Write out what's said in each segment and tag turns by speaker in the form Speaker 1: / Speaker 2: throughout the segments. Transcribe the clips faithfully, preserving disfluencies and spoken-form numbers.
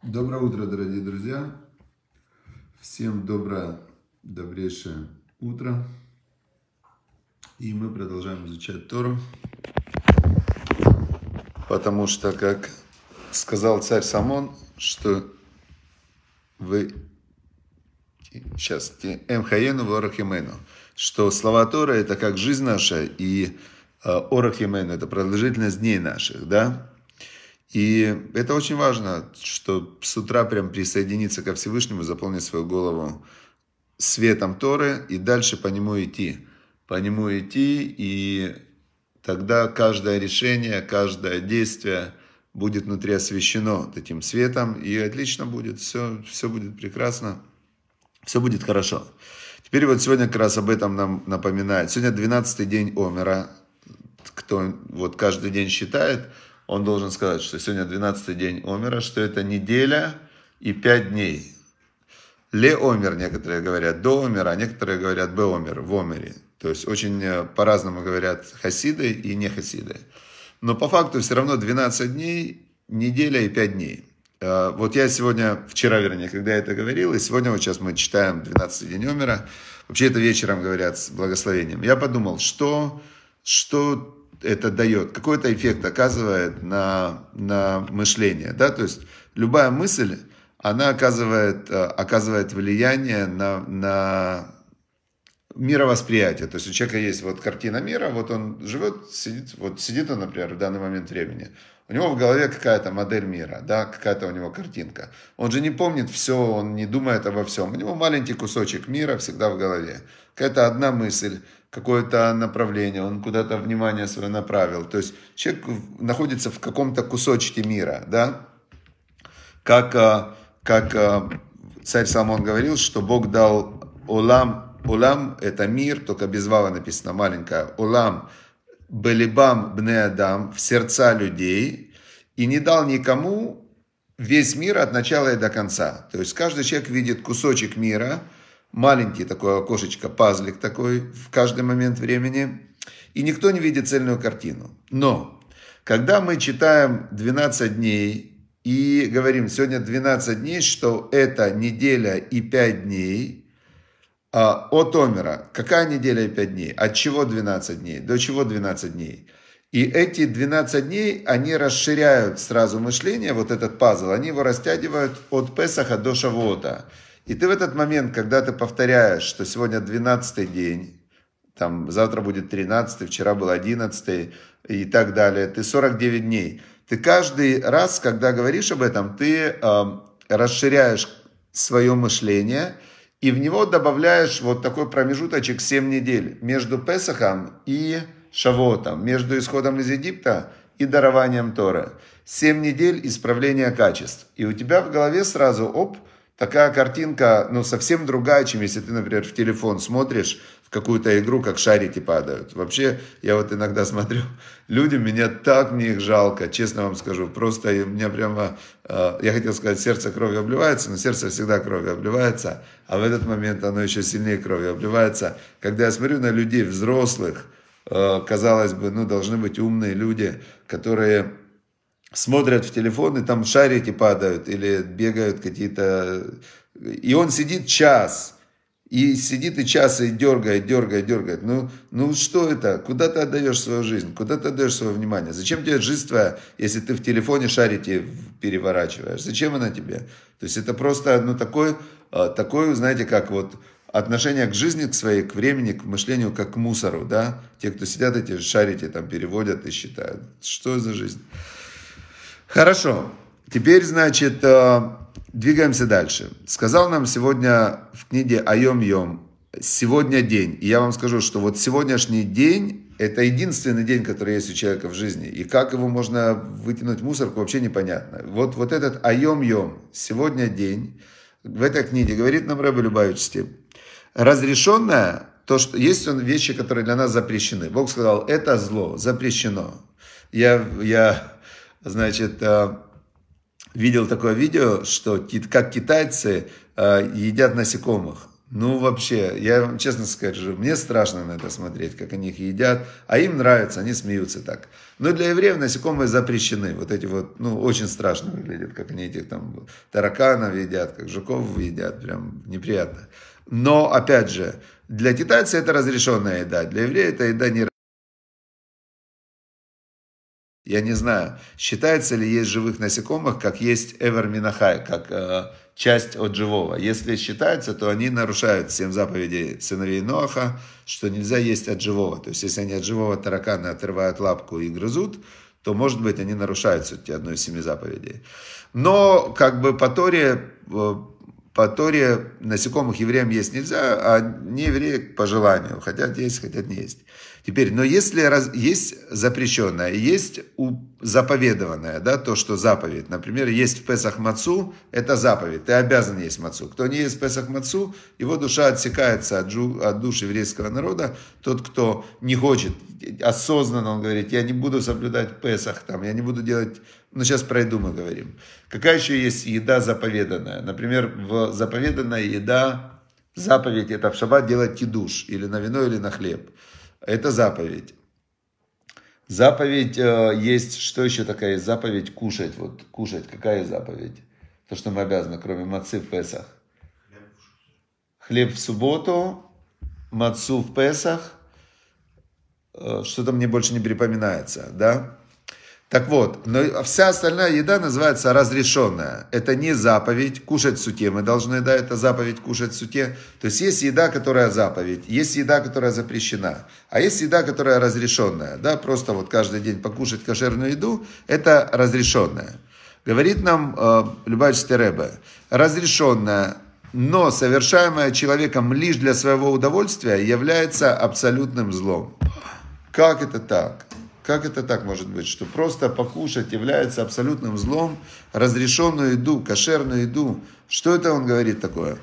Speaker 1: Доброе утро, дорогие друзья. Всем доброе, добрейшее утро. И мы продолжаем изучать Тору. Потому что, как сказал царь Соломон, что вы... Сейчас, Эмхаену Ворахимену, что слова Торы это как жизнь наша, и Орахимену это продолжительность дней наших, да? И это очень важно, что с утра прям присоединиться ко Всевышнему, заполнить свою голову светом Торы и дальше по нему идти. По нему идти, и тогда каждое решение, каждое действие будет внутри освещено этим светом, и отлично будет, все, все будет прекрасно, все будет хорошо. Теперь вот сегодня как раз об этом нам напоминает. Сегодня двенадцатый день Омера. Кто вот каждый день считает, он должен сказать, что сегодня двенадцатый день Омера, что это неделя и пять дней. Ле Омер, некоторые говорят, до Омера, а некоторые говорят Бе Омер, в Омере. То есть очень по-разному говорят хасиды и не хасиды. Но по факту все равно двенадцать дней, неделя и пять дней. Вот я сегодня, вчера вернее, когда я это говорил, и сегодня вот сейчас мы читаем двенадцатый день Омера. Вообще это вечером говорят с благословением. Я подумал, что, что это дает, какой-то эффект оказывает на, на мышление. Да? То есть любая мысль, она оказывает, оказывает влияние на, на мировосприятие. То есть у человека есть вот картина мира, вот он живет, сидит, вот сидит он, например, в данный момент времени. У него в голове какая-то модель мира, да, какая-то у него картинка. Он же не помнит все, он не думает обо всем. У него маленький кусочек мира всегда в голове. Какая-то одна мысль, какое-то направление, он куда-то внимание свое направил. То есть человек находится в каком-то кусочке мира, да. Как, как царь Соломон говорил, что Бог дал олам, олам это мир, только без вава написано маленькое, олам, белибам бне адам, в сердца людей, и не дал никому весь мир от начала и до конца. То есть каждый человек видит кусочек мира, маленький такой окошечко, пазлик такой в каждый момент времени, и никто не видит цельную картину. Но когда мы читаем двенадцать дней и говорим, сегодня двенадцать дней, что это неделя и пять дней, от Омера. Какая неделя и пять дней? От чего двенадцать дней? До чего двенадцать дней? И эти двенадцать дней, они расширяют сразу мышление, вот этот пазл, они его растягивают от Песаха до Шавуота. И ты в этот момент, когда ты повторяешь, что сегодня двенадцатый день, там завтра будет тринадцатый, вчера был одиннадцатый и так далее, ты сорок девять дней. Ты каждый раз, когда говоришь об этом, ты э, расширяешь свое мышление, и в него добавляешь вот такой промежуточек семь недель между Песахом и Шавуотом, между исходом из Египта и дарованием Торы. семь недель исправления качеств. И у тебя в голове сразу, оп, такая картинка, ну, совсем другая, чем если ты, например, в телефон смотришь в какую-то игру, как шарики падают. Вообще, я вот иногда смотрю, люди, меня так, мне их жалко, честно вам скажу. Просто у меня прямо, я хотел сказать, сердце кровью обливается, но сердце всегда кровью обливается, а в этот момент оно еще сильнее кровью обливается. Когда я смотрю на людей взрослых, казалось бы, ну, должны быть умные люди, которые смотрят в телефон, и там шарики падают, или бегают какие-то... И он сидит час, и сидит и час, и дергает, дергает, дергает. Ну, ну что это? Куда ты отдаешь свою жизнь? Куда ты отдаешь свое внимание? Зачем тебе жизнь твоя, если ты в телефоне шарики переворачиваешь? Зачем она тебе? То есть это просто, ну, такой, такой, знаете, как вот... Отношение к жизни, к своей, к времени, к мышлению, как к мусору, да? Те, кто сидят, эти шарики там переводят и считают. Что за жизнь? Хорошо. Теперь, значит, двигаемся дальше. Сказал нам сегодня в книге Айом Йом, сегодня день. И я вам скажу, что вот сегодняшний день, это единственный день, который есть у человека в жизни. И как его можно вытянуть в мусорку, вообще непонятно. Вот, вот этот Айом Йом, сегодня день, в этой книге говорит нам Ребе Любавичский, разрешенное, то, что есть вещи, которые для нас запрещены. Бог сказал, это зло, запрещено. Я, я значит, видел такое видео, что как китайцы едят насекомых. Ну, вообще, я вам честно скажу, мне страшно на это смотреть, как они их едят, а им нравится, они смеются так. Но для евреев насекомые запрещены. Вот эти вот, ну, очень страшно выглядят, как они этих там тараканов едят, как жуков едят, прям неприятно. Но, опять же, для китайца это разрешенная еда, для еврея это еда не. Я не знаю, считается ли есть живых насекомых, как есть эвер минахай, как э, часть от живого. Если считается, то они нарушают семь заповедей сыновей Ноаха, что нельзя есть от живого. То есть, если они от живого таракана отрывают лапку и грызут, то, может быть, они нарушают все-таки одну из семи заповедей. Но, как бы, по Торе, по Торе насекомых евреям есть нельзя, а не евреи по желанию. Хотят есть, хотят не есть. Теперь, но если раз, есть запрещенное, есть заповедованное, да, то, что заповедь. Например, есть в Песах мацу, это заповедь, ты обязан есть мацу. Кто не ест в Песах мацу, его душа отсекается от, жу, от душ еврейского народа. Тот, кто не хочет, осознанно, он говорит, я не буду соблюдать Песах, там, я не буду делать, ну сейчас про еду мы говорим. Какая еще есть еда заповеданная? Например, в заповеданная еда, заповедь это в шаббат делать кидуш, или на вино, или на хлеб. Это заповедь. Заповедь э, есть, что еще такая есть? Заповедь кушать. Вот кушать, какая заповедь? То, что мы обязаны, кроме мацы в Песах. Хлеб в субботу, мацу в Песах. Э, что-то мне больше не припоминается, да? Так вот, но вся остальная еда называется разрешенная. Это не заповедь, кушать в суте мы должны, да, это заповедь кушать в суте. То есть есть еда, которая заповедь, есть еда, которая запрещена, а есть еда, которая разрешенная, да, просто вот каждый день покушать кошерную еду, это разрешенная. Говорит нам э, Любавичский Ребе, разрешенная, но совершаемая человеком лишь для своего удовольствия является абсолютным злом. Как это так? Как это так может быть, что просто покушать является абсолютным злом, разрешенную еду, кошерную еду? Что это он говорит такое?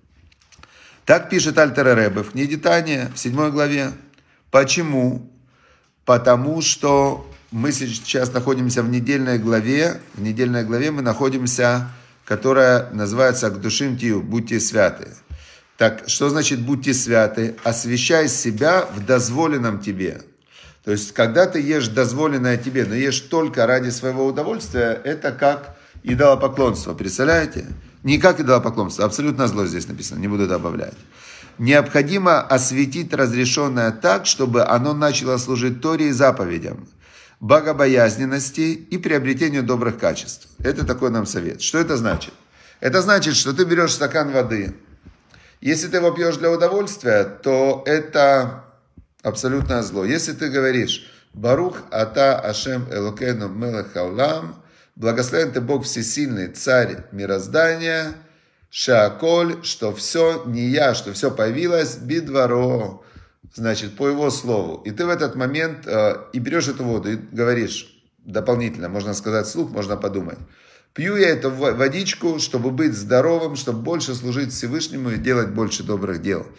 Speaker 1: Так пишет Альтер Ребе в книге Таня, в седьмой главе. Почему? Потому что мы сейчас находимся в недельной главе, в недельной главе мы находимся, которая называется «Агдушим тию», «Будьте святы». Так, что значит «Будьте святы»? Освящай себя в дозволенном тебе. То есть, когда ты ешь дозволенное тебе, но ешь только ради своего удовольствия, это как идолопоклонство, представляете? Не как идолопоклонство, абсолютно зло здесь написано, не буду добавлять. Необходимо осветить разрешенное так, чтобы оно начало служить Торе и заповедям, богобоязненности и приобретению добрых качеств. Это такой нам совет. Что это значит? Это значит, что ты берешь стакан воды. Если ты его пьешь для удовольствия, то это абсолютное зло. Если ты говоришь «Барух ата Ашем Элокейну мелех хаолам», благословен ты Бог всесильный, царь мироздания, шеаколь, что все не я, что все появилось, бидваро, значит, по его слову. И ты в этот момент э, и берешь эту воду и говоришь дополнительно, можно сказать вслух, можно подумать. Пью я эту водичку, чтобы быть здоровым, чтобы больше служить Всевышнему и делать больше добрых дел.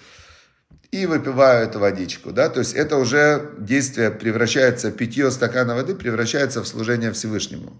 Speaker 1: И выпиваю эту водичку, да, то есть это уже действие превращается, питье стакана воды превращается в служение Всевышнему.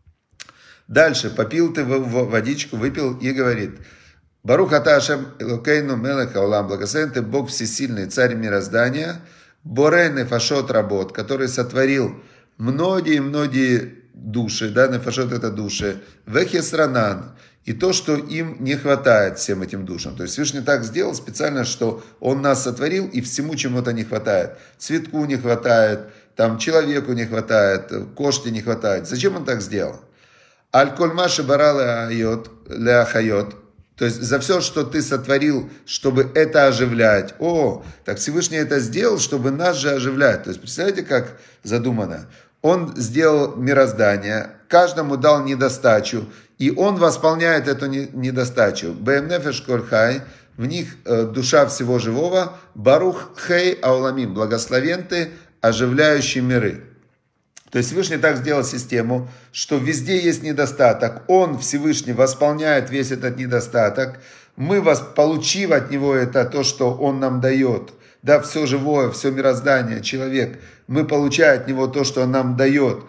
Speaker 1: Дальше, попил ты водичку, выпил и говорит, Барух ата Ашем Элокейну мелех хаолам, благословен ты Бог всесильный, царь мироздания, борей нефашот работ, который сотворил многие-многие души, да, нефашот это души, вехесранан, и то, что им не хватает всем этим душам. То есть Всевышний так сделал специально, что Он нас сотворил, и всему чему-то не хватает. Цветку не хватает, там, человеку не хватает, кошке не хватает. Зачем Он так сделал? Аль-коль маши барала ляхайот. То есть за все, что ты сотворил, чтобы это оживлять. О, так Всевышний это сделал, чтобы нас же оживлять. То есть представляете, как задумано? Он сделал мироздание, каждому дал недостачу, и он восполняет эту недостачу. Бэм нефеш коль хай, в них душа всего живого, барух хей ауламим, благословен ты, оживляющий миры. То есть Всевышний так сделал систему, что везде есть недостаток, он, Всевышний, восполняет весь этот недостаток, мы, получив от него это, то, что он нам дает, да, все живое, все мироздание, человек, мы получаем от него то, что он нам дает,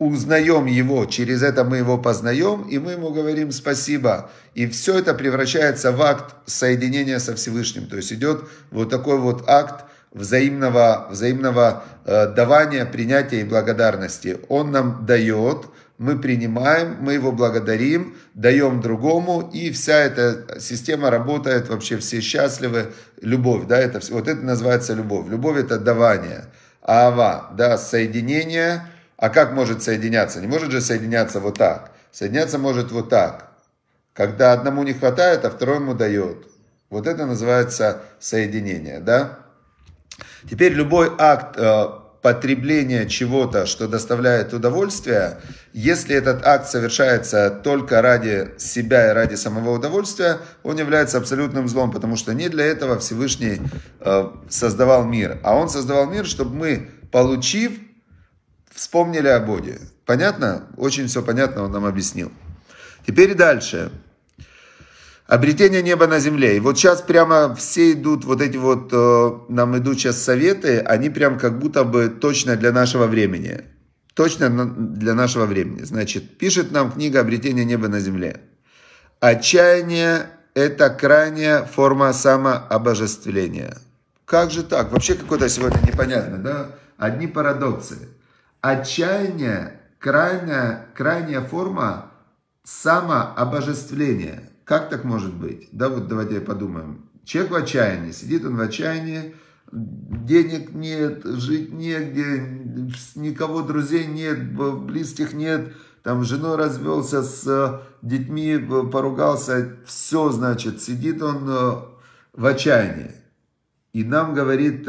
Speaker 1: узнаем его, через это мы его познаем, и мы ему говорим спасибо. И все это превращается в акт соединения со Всевышним. То есть идет вот такой вот акт взаимного, взаимного э, давания, принятия и благодарности. Он нам дает, мы принимаем, мы его благодарим, даем другому, и вся эта система работает, вообще все счастливы. Любовь, да, это, вот это называется любовь. Любовь это давание. Аава, да, соединение. А как может соединяться? Не может же соединяться вот так. Соединяться может вот так. Когда одному не хватает, а второму дает. Вот это называется соединение, да? Теперь любой акт э, потребления чего-то, что доставляет удовольствие, если этот акт совершается только ради себя и ради самого удовольствия, он является абсолютным злом, потому что не для этого Всевышний э, создавал мир. А он создавал мир, чтобы мы, получив, вспомнили о Боге. Понятно? Очень все понятно, он нам объяснил. Теперь дальше. Обретение неба на земле. И вот сейчас прямо все идут, вот эти вот, э, нам идут сейчас советы, они прям как будто бы точно для нашего времени. Точно для нашего времени. Значит, пишет нам книга «Обретение неба на земле». Отчаяние – это крайняя форма самообожествления. Как же так? Вообще какое-то сегодня непонятно, да? Одни парадоксы. Отчаяние – крайняя, крайняя форма самообожествления. Как так может быть? Да, вот давайте подумаем. Человек в отчаянии, сидит он в отчаянии, денег нет, жить негде, никого друзей нет, близких нет, там с женой развелся, с детьми поругался, все, значит, сидит он в отчаянии. И нам говорит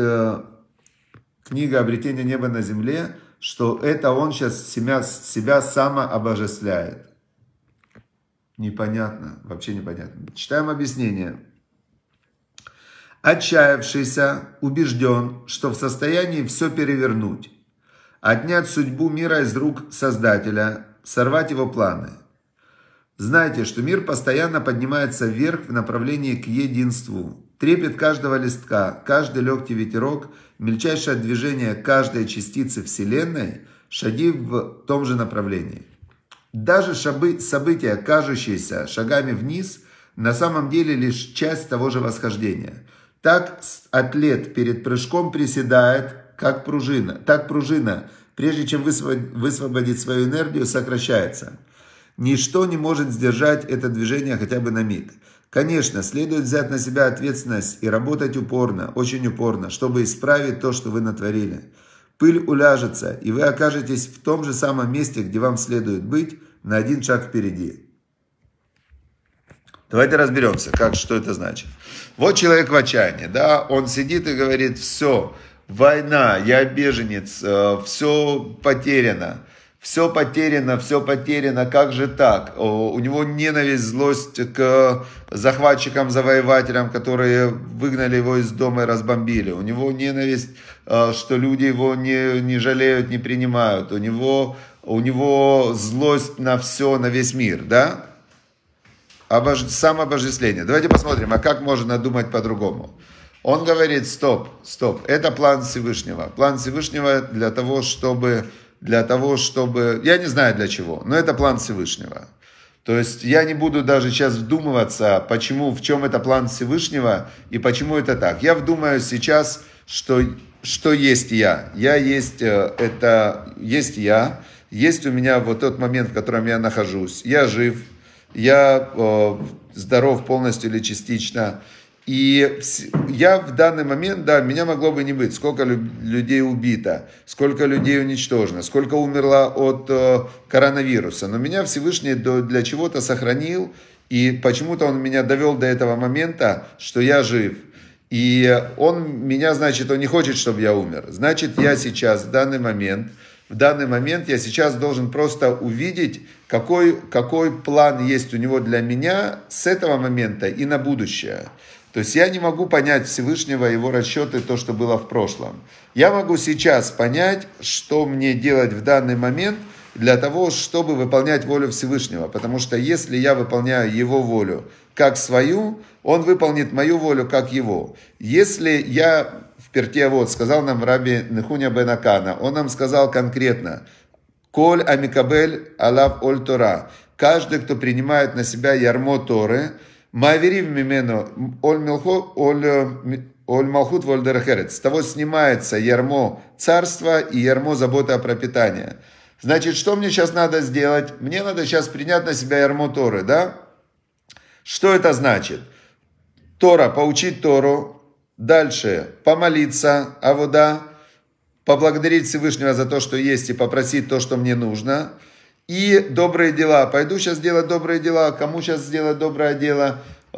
Speaker 1: книга «Обретение неба на земле», что это он сейчас себя, себя самообожествляет. Непонятно, вообще непонятно. Читаем объяснение. Отчаявшийся убежден, что в состоянии все перевернуть, отнять судьбу мира из рук Создателя, сорвать его планы. Знайте, что мир постоянно поднимается вверх в направлении к единству. Трепет каждого листка, каждый легкий ветерок, мельчайшее движение каждой частицы Вселенной – шаги в том же направлении. Даже события, кажущиеся шагами вниз, на самом деле лишь часть того же восхождения. Так атлет перед прыжком приседает, как пружина. Так пружина, прежде чем высвободить свою энергию, сокращается. Ничто не может сдержать это движение хотя бы на миг. Конечно, следует взять на себя ответственность и работать упорно, очень упорно, чтобы исправить то, что вы натворили. Пыль уляжется, и вы окажетесь в том же самом месте, где вам следует быть, на один шаг впереди. Давайте разберемся, как, что это значит. Вот человек в отчаянии, да, он сидит и говорит: все, война, я беженец, все потеряно. Все потеряно, все потеряно, как же так? У него ненависть, злость к захватчикам, завоевателям, которые выгнали его из дома и разбомбили. У него ненависть, что люди его не, не жалеют, не принимают. У него, у него злость на все, на весь мир, да? Обож... Самообожествление. Давайте посмотрим, а как можно думать по-другому? Он говорит: стоп, стоп, это план Всевышнего. План Всевышнего для того, чтобы... Для того, чтобы... Я не знаю для чего, но это план Всевышнего. То есть я не буду даже сейчас вдумываться, почему, в чем это план Всевышнего и почему это так. Я вдумаюсь сейчас, что, что есть я. Я есть, это есть я. Есть у меня вот тот момент, в котором я нахожусь. Я жив, я э, здоров полностью или частично. И я в данный момент, да, меня могло бы не быть. Сколько людей убито, сколько людей уничтожено, сколько умерло от э, коронавируса. Но меня Всевышний для чего-то сохранил, и почему-то он меня довел до этого момента, что я жив. И он меня, значит, он не хочет, чтобы я умер. Значит, я сейчас, в данный момент, в данный момент я сейчас должен просто увидеть, какой, какой план есть у него для меня с этого момента и на будущее. То есть я не могу понять Всевышнего, его расчеты, то, что было в прошлом. Я могу сейчас понять, что мне делать в данный момент для того, чтобы выполнять волю Всевышнего. Потому что если я выполняю его волю как свою, он выполнит мою волю как его. Если я в Перкей Авот, сказал нам Раби Нехуня бен Акана, он нам сказал конкретно, Коль амикабель алав оль Тора. Каждый, кто принимает на себя ярмо Торы, маверив мимену оль малхут воль дерехерец. С того снимается ярмо царства и ярмо заботы о пропитании. Значит, что мне сейчас надо сделать? Мне надо сейчас принять на себя ярмо Торы, да? Что это значит? Тора, поучить Тору, дальше помолиться, авода, поблагодарить Всевышнего за то, что есть, и попросить то, что мне нужно. И добрые дела. Пойду сейчас делать добрые дела. Кому сейчас сделать доброе дело?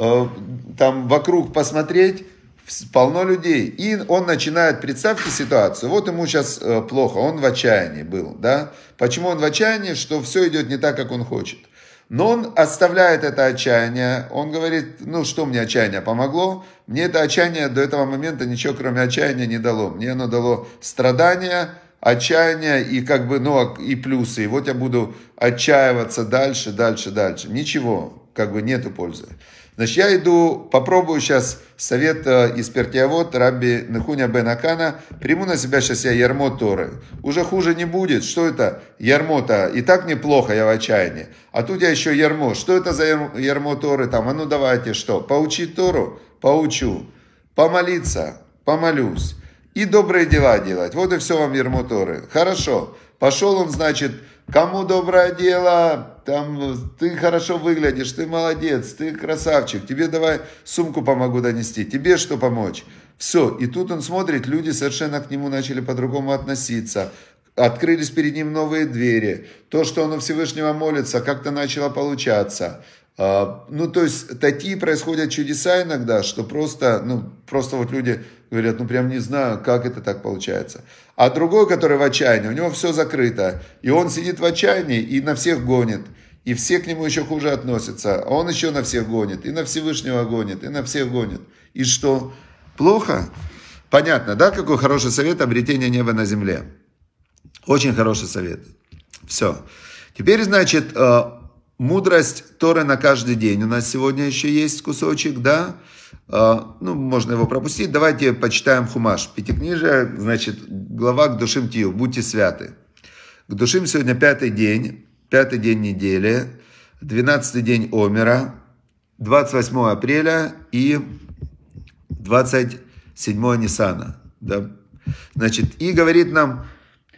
Speaker 1: Там вокруг посмотреть. Полно людей. И он начинает, представьте ситуацию. Вот ему сейчас плохо. Он в отчаянии был. Да? Почему он в отчаянии? Что все идет не так, как он хочет. Но он оставляет это отчаяние, он говорит, ну что мне отчаяние помогло? Мне это отчаяние до этого момента ничего кроме отчаяния не дало. Мне оно дало страдания, отчаяние и как бы, ну и плюсы. И вот я буду отчаиваться дальше, дальше, дальше. Ничего, как бы нету пользы. Значит, я иду, попробую сейчас совет из Пертиавот Рабби Нехуня бен Акана, приму на себя сейчас я ярмо Торы. Уже хуже не будет. Что это ярмо-то? И так неплохо, я в отчаянии. А тут я еще ярмо. Что это за ярмо Торы? Там, а ну давайте что? Поучить Тору? Поучу. Помолиться? Помолюсь. И добрые дела делать. Вот и все вам ярмо Торы. Хорошо. Пошел он, значит, кому доброе дело, там, ты хорошо выглядишь, ты молодец, ты красавчик, тебе давай сумку помогу донести, тебе что помочь? Все, и тут он смотрит, люди совершенно к нему начали по-другому относиться, открылись перед ним новые двери, то, что он у Всевышнего молится, как-то начало получаться. Ну, то есть, такие происходят чудеса иногда, что просто, ну, просто вот люди говорят, ну, прям не знаю, как это так получается. А другой, который в отчаянии, у него все закрыто, и он сидит в отчаянии и на всех гонит, и все к нему еще хуже относятся, а он еще на всех гонит, и на Всевышнего гонит, и на всех гонит. И что? Плохо? Понятно, да, какой хороший совет обретения неба на земле? Очень хороший совет. Все. Теперь, значит, мудрость Торы на каждый день. У нас сегодня еще есть кусочек, да? Ну, можно его пропустить. Давайте почитаем Хумаш. Пятикнижие, значит, глава к душим Тию. Будьте святы. К душим сегодня пятый день. Пятый день недели. Двенадцатый день Омера. двадцать восьмого апреля и двадцать седьмого Ниссана. Да? Значит, и говорит нам...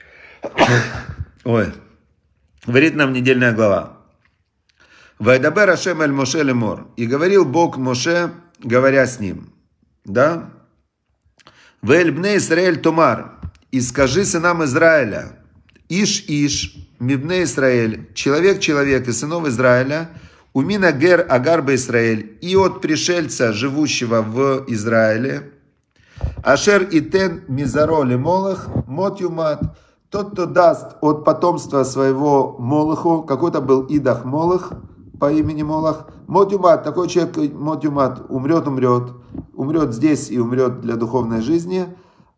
Speaker 1: Ой. Говорит нам недельная глава. Вайдабер Ашем эль Моше лемор. И говорил Бог Моше, говоря с ним. Да? Вэль бне Исраэль томар. И скажи сынам Израиля. Иш иш мибне Исраэль. Человек человек из сынов Израиля. Умина гер агар бе Исраэль. И от пришельца, живущего в Израиле. Ашер итен мизаро лемолах мот юмат. Тот, кто даст от потомства своего молоху. Какой-то был идах молох по имени Молох. Мотюмат, такой человек, Мотюмат, умрет, умрет, умрет здесь и умрет для духовной жизни.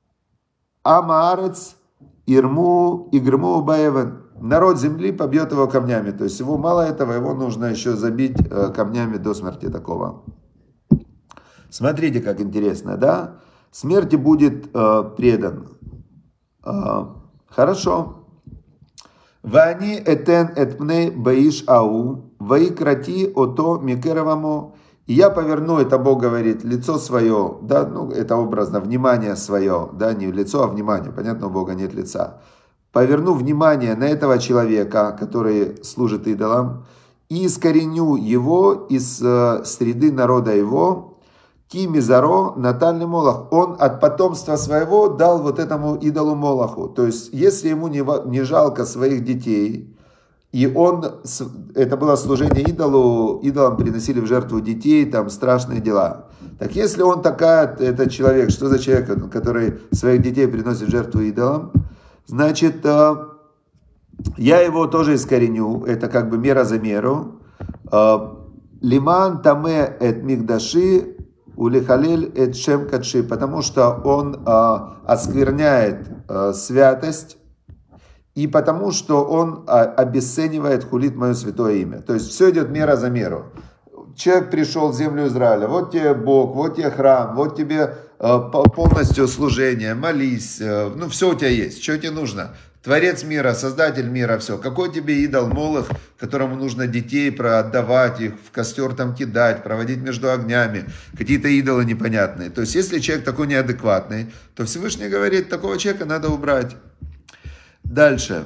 Speaker 1: Амаарец, Ирму, Игрму, Баевен. Народ земли побьет его камнями. То есть его мало этого, его нужно еще забить камнями до смерти такого. Смотрите, как интересно, да? Смерти будет э, предан. Э, хорошо. Вани этен этмней баиш ау, ваикрати ото микеровому. И я поверну, это Бог говорит, лицо свое, да, ну, это образно, внимание свое, да, не лицо, а внимание, понятно, у Бога нет лица. Поверну внимание на этого человека, который служит идолам, и искореню его из э, среды народа его. Ки мизаро натальный молох. Он от потомства своего дал вот этому идолу Молоху. То есть, если ему не, не жалко своих детей, и он, это было служение идолу, идолам приносили в жертву детей, там страшные дела. Так если он такая, этот человек, что за человек, который своих детей приносит в жертву идолам, значит, я его тоже искореню, это как бы мера за меру. Лиман таме эт мигдаши, улихалель эт шем кадши, потому что он а, оскверняет а, святость, и потому что он а, обесценивает, хулит мое святое имя. То есть все идет мера за меру. Человек пришел в землю Израиля, вот тебе Бог, вот тебе храм, вот тебе а, полностью служение, молись, а, ну все у тебя есть, что тебе нужно? Творец мира, создатель мира, все. Какой тебе идол Молох, которому нужно детей отдавать, их в костер там кидать, проводить между огнями, какие-то идолы непонятные. То есть, если человек такой неадекватный, то Всевышний говорит, такого человека надо убрать. Дальше.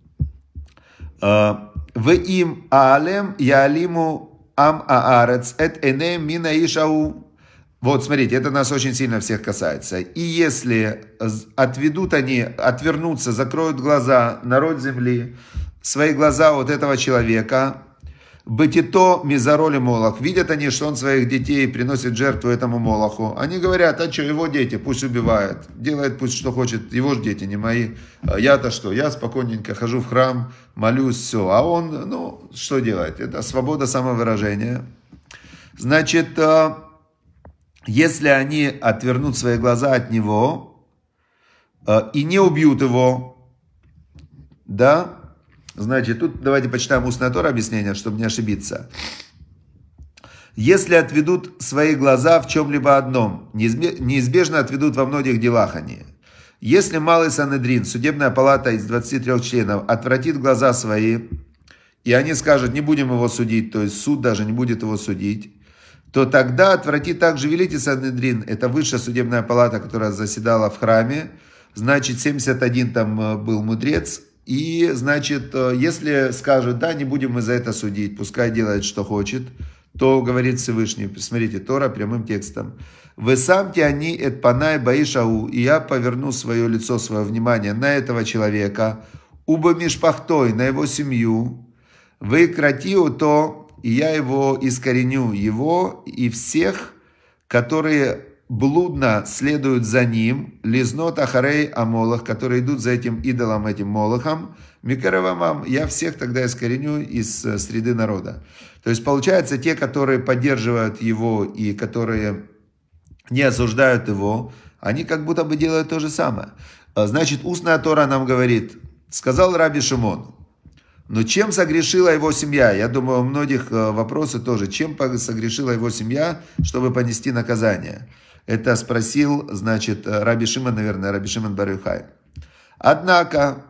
Speaker 1: В им аалем яалиму ам аарец эт энем мина ишау. Вот, смотрите, это нас очень сильно всех касается. И если отведут они, отвернутся, закроют глаза, народ земли, свои глаза вот этого человека, бытито мизароли молох, видят они, что он своих детей приносит жертву этому молоху. Они говорят, а что, его дети, пусть убивает, делает пусть что хочет, его же дети, не мои. Я-то что, я спокойненько хожу в храм, молюсь, все. А он, ну, что делать? Это свобода самовыражения. Значит, если они отвернут свои глаза от него э, и не убьют его, да, значит, тут давайте почитаем устное Тора объяснение, чтобы не ошибиться. Если отведут свои глаза в чем-либо одном, неизбежно отведут во многих делах они. Если малый Санедрин, судебная палата из двадцати трёх членов, отвратит глаза свои, и они скажут, не будем его судить, то есть суд даже не будет его судить, то тогда отвратит также Великий Санедрин, это высшая судебная палата, которая заседала в храме, значит, семьдесят один там был мудрец, и, значит, если скажут, да, не будем мы за это судить, пускай делает, что хочет, то, говорит Всевышний, смотрите, Тора прямым текстом, «Вы самте они эт панай баишау, и я поверну свое лицо, свое внимание на этого человека, уба мишпахтой, на его семью, вы кратиу то, и я его искореню, его и всех, которые блудно следуют за ним, лизнот ахарей амолах, которые идут за этим идолом, этим молохом, микаравамам, я всех тогда искореню из среды народа». То есть, получается, те, которые поддерживают его и которые не осуждают его, они как будто бы делают то же самое. Значит, устная Тора нам говорит, сказал Раби Шимон, но чем согрешила его семья? Я думаю, у многих вопросы тоже. Чем согрешила его семья, чтобы понести наказание? Это спросил, значит, Раби Шимон, наверное, Раби Шимон бар Йохай. Однако,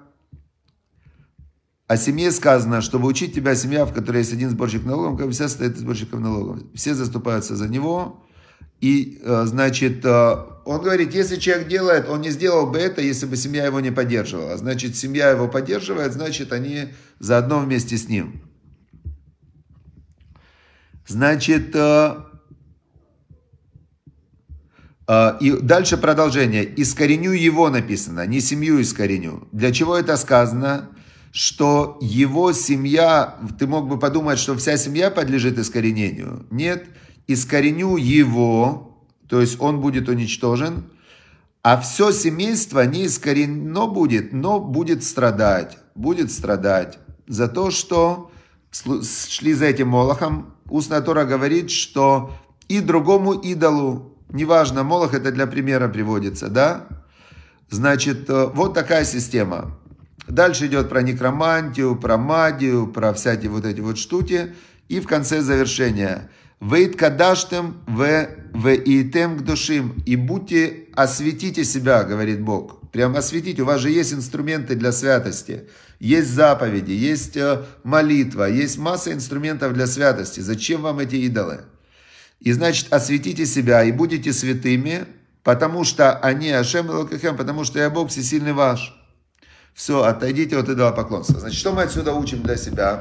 Speaker 1: о семье сказано, чтобы учить тебя семья, в которой есть один сборщик налогов, как вся состоит из сборщиков налогов. Все заступаются за него. И, значит, он говорит, если человек делает, он не сделал бы это, если бы семья его не поддерживала. Значит, семья его поддерживает, значит, они заодно вместе с ним. Значит, и дальше продолжение. Искореню его написано, не семью искореню. Для чего это сказано? Что его семья, ты мог бы подумать, что вся семья подлежит искоренению. Нет. Искореню его, то есть он будет уничтожен, а все семейство не искоренено будет, но будет страдать, будет страдать за то, что шли за этим молохом. Устная Тора говорит, что и другому идолу, неважно, молох это для примера приводится, да? Значит, вот такая система. Дальше идет про некромантию, про магию, про всякие вот эти вот штуки, и в конце завершения. «Вейт кадаштем в иитем к душим». И будьте, осветите себя, говорит Бог. Прям осветите. У вас же есть инструменты для святости. Есть заповеди, есть молитва, есть масса инструментов для святости. Зачем вам эти идолы? И значит, осветите себя и будете святыми, потому что они Ашем Элокехем, потому что я Бог всесильный ваш. Все, отойдите от идолопоклонства. Значит, что мы отсюда учим для себя?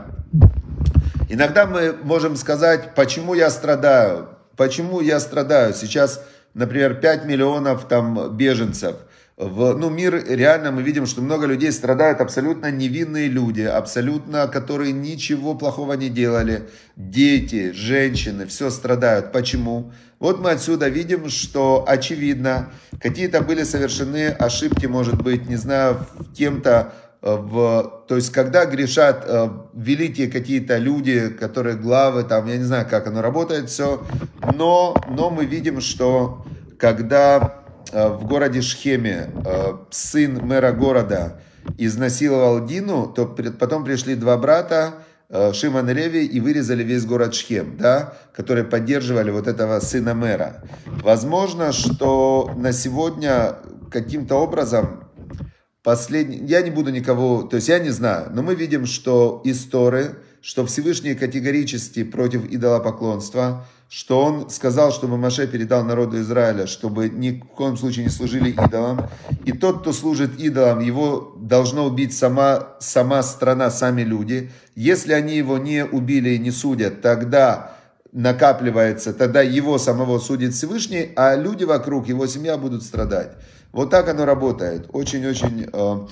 Speaker 1: Иногда мы можем сказать, почему я страдаю. Почему я страдаю? Сейчас, например, пять миллионов там беженцев. В, ну, мир реально, мы видим, что много людей страдают, абсолютно невинные люди, абсолютно, которые ничего плохого не делали. Дети, женщины, все страдают. Почему? Вот мы отсюда видим, что очевидно, какие-то были совершены ошибки, может быть, не знаю, кем-то. В, то есть, когда грешат э, великие какие-то люди, которые главы, там, я не знаю, как оно работает все, но, но мы видим, что когда э, в городе Шхеме э, сын мэра города изнасиловал Дину, то потом пришли два брата, э, Шимон и Леви, и вырезали весь город Шхем, да, которые поддерживали вот этого сына мэра. Возможно, что на сегодня каким-то образом последний, я не буду никого, то есть я не знаю, но мы видим, что из Торы, что Всевышний категорически против идолопоклонства, что он сказал, чтобы Моше передал народу Израиля, чтобы ни в коем случае не служили идолам. И тот, кто служит идолам, его должна убить сама, сама страна, сами люди. Если они его не убили и не судят, тогда накапливается, тогда его самого судит Всевышний, а люди вокруг, его семья будут страдать. Вот так оно работает. Очень-очень... Э,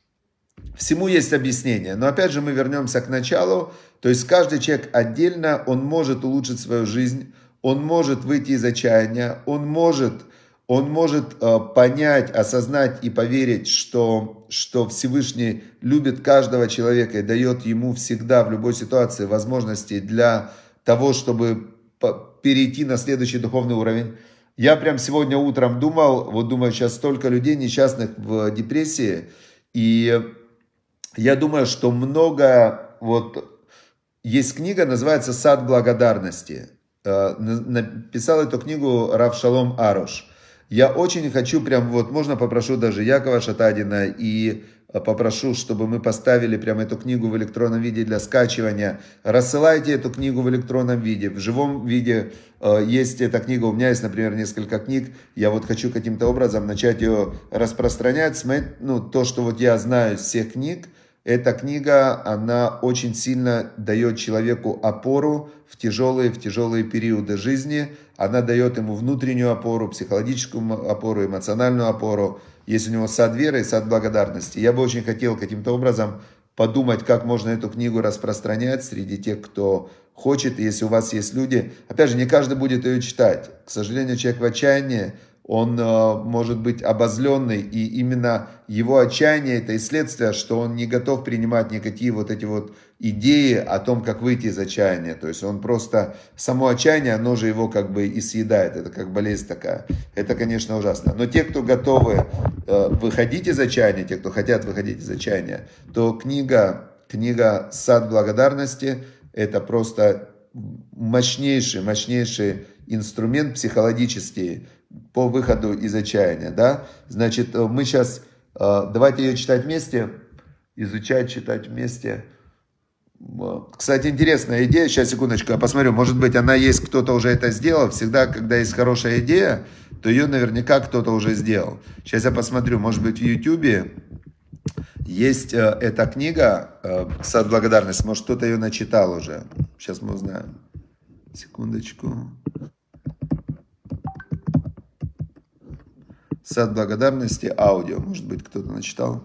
Speaker 1: всему есть объяснение. Но опять же мы вернемся к началу. То есть каждый человек отдельно, он может улучшить свою жизнь, он может выйти из отчаяния, он может, он может э, понять, осознать и поверить, что, что Всевышний любит каждого человека и дает ему всегда в любой ситуации возможности для того, чтобы перейти на следующий духовный уровень. Я прям сегодня утром думал, вот думаю, сейчас столько людей несчастных в депрессии, и я думаю, что много, вот есть книга, называется «Сад благодарности». Написал эту книгу Рав Шалом Аруш. Я очень хочу, прям вот, можно попрошу даже Якова Шатадина и попрошу, чтобы мы поставили прям эту книгу в электронном виде для скачивания. Рассылайте эту книгу в электронном виде. В живом виде э, есть эта книга. У меня есть, например, несколько книг. Я вот хочу каким-то образом начать ее распространять. Ну, то, что вот я знаю из всех книг, эта книга, она очень сильно дает человеку опору в тяжелые, в тяжелые периоды жизни. Она дает ему внутреннюю опору, психологическую опору, эмоциональную опору. Есть у него сад веры и сад благодарности. Я бы очень хотел каким-то образом подумать, как можно эту книгу распространять среди тех, кто хочет. И если у вас есть люди, опять же, не каждый будет ее читать. К сожалению, человек в отчаянии, он э, может быть обозленный, и именно его отчаяние это и следствие, что он не готов принимать никакие вот эти вот идеи о том, как выйти из отчаяния. То есть он просто, само отчаяние, оно же его как бы и съедает, это как болезнь такая. Это, конечно, ужасно. Но те, кто готовы э, выходить из отчаяния, те, кто хотят выходить из отчаяния, то книга, книга «Сад благодарности» это просто мощнейший, мощнейший инструмент психологический по выходу из отчаяния, да, значит, мы сейчас, давайте ее читать вместе, изучать, читать вместе. Кстати, интересная идея, сейчас, секундочку, я посмотрю, может быть, она есть, кто-то уже это сделал, всегда, когда есть хорошая идея, то ее наверняка кто-то уже сделал. Сейчас я посмотрю, может быть, в Ютубе есть эта книга «Сад благодарности», может, кто-то ее начитал уже, сейчас мы узнаем, секундочку. «Сад благодарности», аудио. Может быть, кто-то начитал.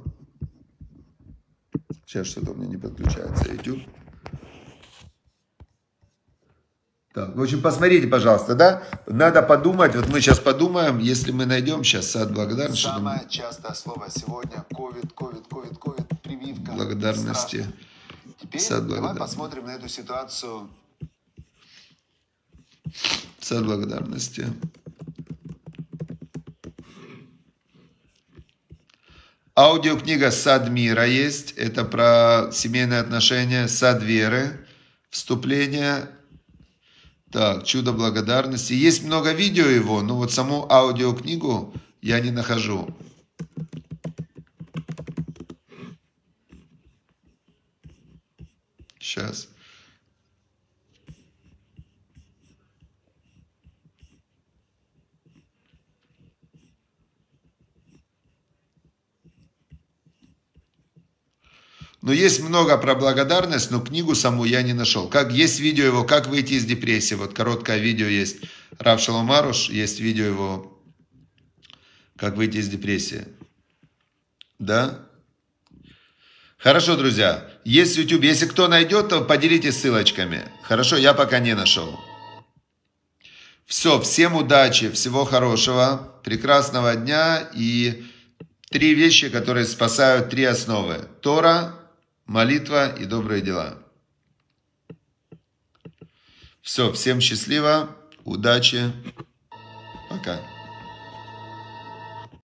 Speaker 1: Сейчас что-то у меня не подключается. YouTube. Так, в общем, посмотрите, пожалуйста, да? Надо подумать. Вот мы сейчас подумаем, если мы найдем сейчас «Сад благодарности».
Speaker 2: Самое частое слово сегодня ковид, ковид, ковид, ковид, прививка.
Speaker 1: Благодарности.
Speaker 2: Теперь
Speaker 1: «Сад
Speaker 2: давай
Speaker 1: благодарности».
Speaker 2: посмотрим на эту ситуацию.
Speaker 1: «Сад благодарности». Аудиокнига «Сад мира» есть. Это про семейные отношения. «Сад веры». Вступление. Так, «Чудо благодарности». Есть много видео его, но вот саму аудиокнигу я не нахожу. Сейчас. Но есть много про благодарность, но книгу саму я не нашел. Как, есть видео его «Как выйти из депрессии». Вот короткое видео есть. Рав Шалом Аруш, есть видео его «Как выйти из депрессии». Да? Хорошо, друзья. Есть YouTube. Если кто найдет, то поделитесь ссылочками. Хорошо, я пока не нашел. Все, всем удачи, всего хорошего, прекрасного дня. И три вещи, которые спасают, три основы. Тора, молитва и добрые дела. Все, всем счастливо, удачи, пока.